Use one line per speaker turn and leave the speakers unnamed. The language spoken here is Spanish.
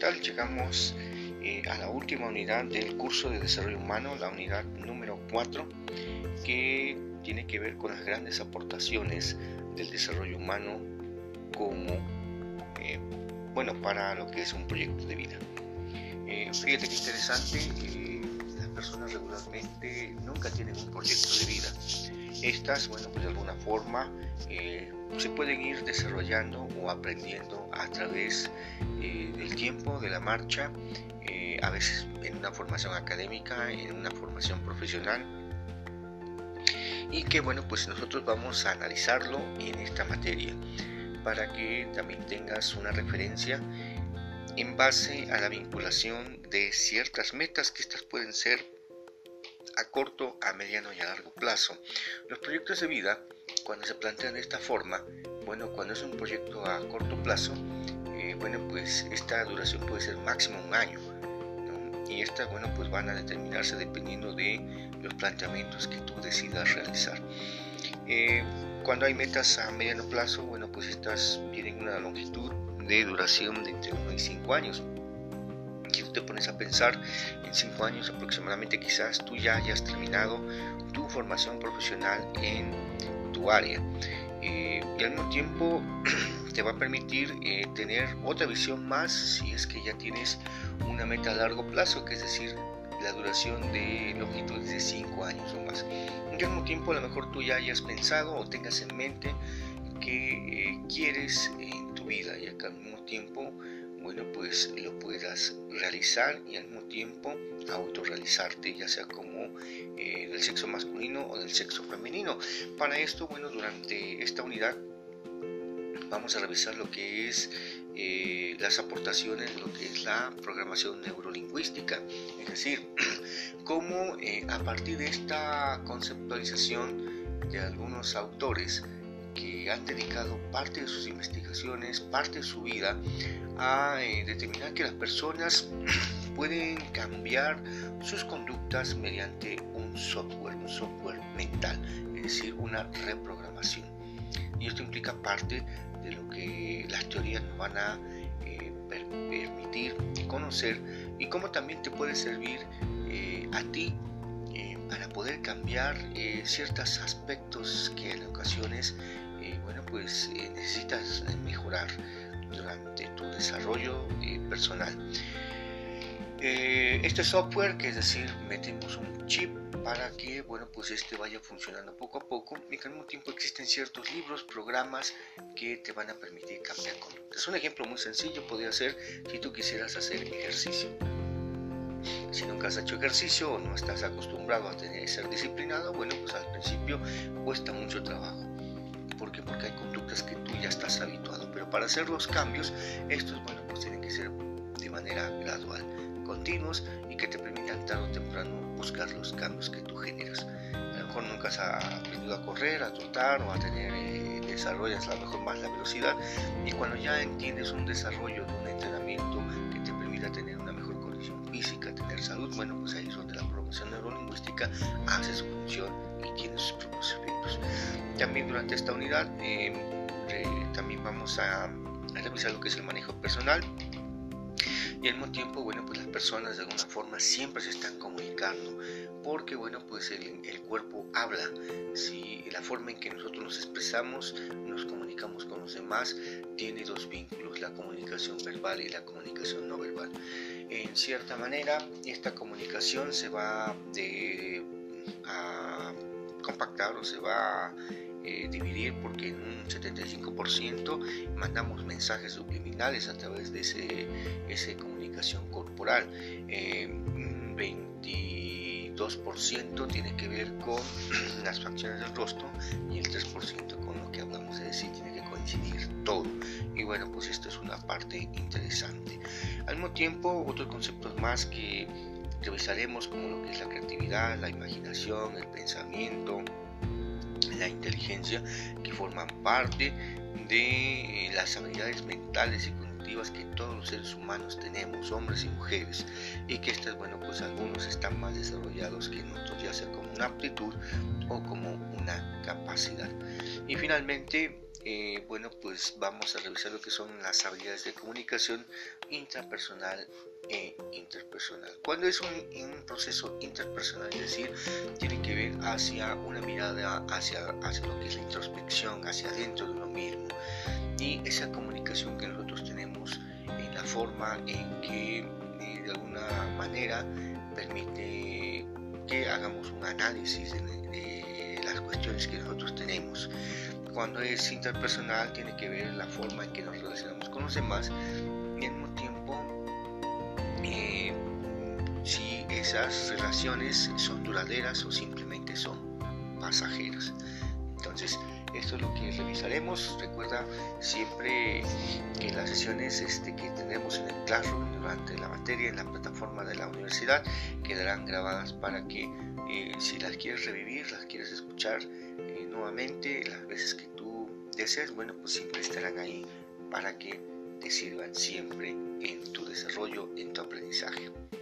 tal? Llegamos a la última unidad del curso de desarrollo humano, la unidad número 4, que tiene que ver con las grandes aportaciones del desarrollo humano como para lo que es un proyecto de vida. Fíjate que interesante, las personas regularmente nunca tienen un proyecto de vida. Estas, de alguna forma se pueden ir desarrollando o aprendiendo a través del tiempo, de la marcha, a veces en una formación académica, en una formación profesional, y que nosotros vamos a analizarlo en esta materia para que también tengas una referencia en base a la vinculación de ciertas metas, que estas pueden ser a corto, a mediano y a largo plazo. Los proyectos de vida, cuando se plantean de esta forma, cuando es un proyecto a corto plazo, esta duración puede ser máximo un año, ¿no? Y estas, van a determinarse dependiendo de los planteamientos que tú decidas realizar. Cuando hay metas a mediano plazo, estas tienen una longitud de duración de entre 1 y 5 años. Si tú te pones a pensar, en 5 años aproximadamente quizás tú ya hayas terminado tu formación profesional en tu área, y al mismo tiempo te va a permitir tener otra visión más si es que ya tienes una meta a largo plazo, que es decir, la duración de longitud de 5 años o más. Y al mismo tiempo a lo mejor tú ya hayas pensado o tengas en mente que quieres en tu vida, y que al mismo tiempo lo puedas realizar y al mismo tiempo autorrealizarte, ya sea como del sexo masculino o del sexo femenino. Para esto, durante esta unidad vamos a revisar lo que es las aportaciones de lo que es la programación neurolingüística, es decir, cómo a partir de esta conceptualización de algunos autores que han dedicado parte de sus investigaciones, parte de su vida a determinar que las personas pueden cambiar sus conductas mediante un software mental, es decir, una reprogramación. Y esto implica parte de lo que las teorías nos van a permitir conocer, y cómo también te puede servir a ti para poder cambiar ciertos aspectos que en ocasiones necesitas mejorar durante tu desarrollo personal. Este software, que es decir, metemos un chip para que este vaya funcionando poco a poco, y que al mismo tiempo existen ciertos libros, programas que te van a permitir cambiar conductas. Un ejemplo muy sencillo podría ser si tú quisieras hacer ejercicio. Si nunca has hecho ejercicio o no estás acostumbrado a ser disciplinado, al principio cuesta mucho trabajo. ¿Por qué? Porque hay conductas que tú ya estás habituado, pero para hacer los cambios, estos tienen que ser de manera gradual, continuos, y que te permitan tarde o temprano buscar los cambios que tú generas. A lo mejor nunca has aprendido a correr, a trotar o a tener desarrollas a lo mejor más la velocidad, y cuando ya entiendes un desarrollo de un entrenamiento que te permita tener una mejor condición física, tener salud, ahí es donde la programación neurolingüística hace su función y tiene sus propios efectos. También durante esta unidad también vamos a revisar lo que es el manejo personal, y al mismo tiempo las personas de alguna forma siempre se están comunicando, porque el cuerpo habla. Si la forma en que nosotros nos expresamos, nos comunicamos con los demás, tiene dos vínculos: la comunicación verbal y la comunicación no verbal. En cierta manera, esta comunicación se va a compactar o se va a dividir, porque en un 75% mandamos mensajes subliminales a través de esa comunicación corporal. 22% tiene que ver con las facciones del rostro, y el 3% con lo que hablamos, es decir, tiene que coincidir todo. Y esto es una parte interesante. Al mismo tiempo, otros conceptos más que revisaremos, como lo que es la creatividad, la imaginación, el pensamiento, la inteligencia, que forman parte de las habilidades mentales y cognitivas que todos los seres humanos tenemos, hombres y mujeres, y que estas, algunos están más desarrollados que en otros, ya sea como una aptitud o como una capacidad. Y finalmente bueno, pues vamos a revisar lo que son las habilidades de comunicación intrapersonal e interpersonal. Cuando es un proceso interpersonal, es decir, tiene que ver hacia una mirada hacia lo que es la introspección, hacia adentro de uno mismo, y esa comunicación que nosotros tenemos en la forma en que de alguna manera permite que hagamos un análisis de las cuestiones que nosotros tenemos. Cuando es interpersonal, tiene que ver la forma en que nos relacionamos con los demás y al mismo tiempo si esas relaciones son duraderas o simplemente son pasajeras. Entonces, esto es lo que revisaremos. Recuerda siempre que las sesiones que tendremos en el Classroom durante la materia en la plataforma de la universidad quedarán grabadas para que si las quieres revivir, las quieres escuchar nuevamente las veces que tú desees, bueno, pues siempre estarán ahí para que te sirvan siempre en tu desarrollo, en tu aprendizaje.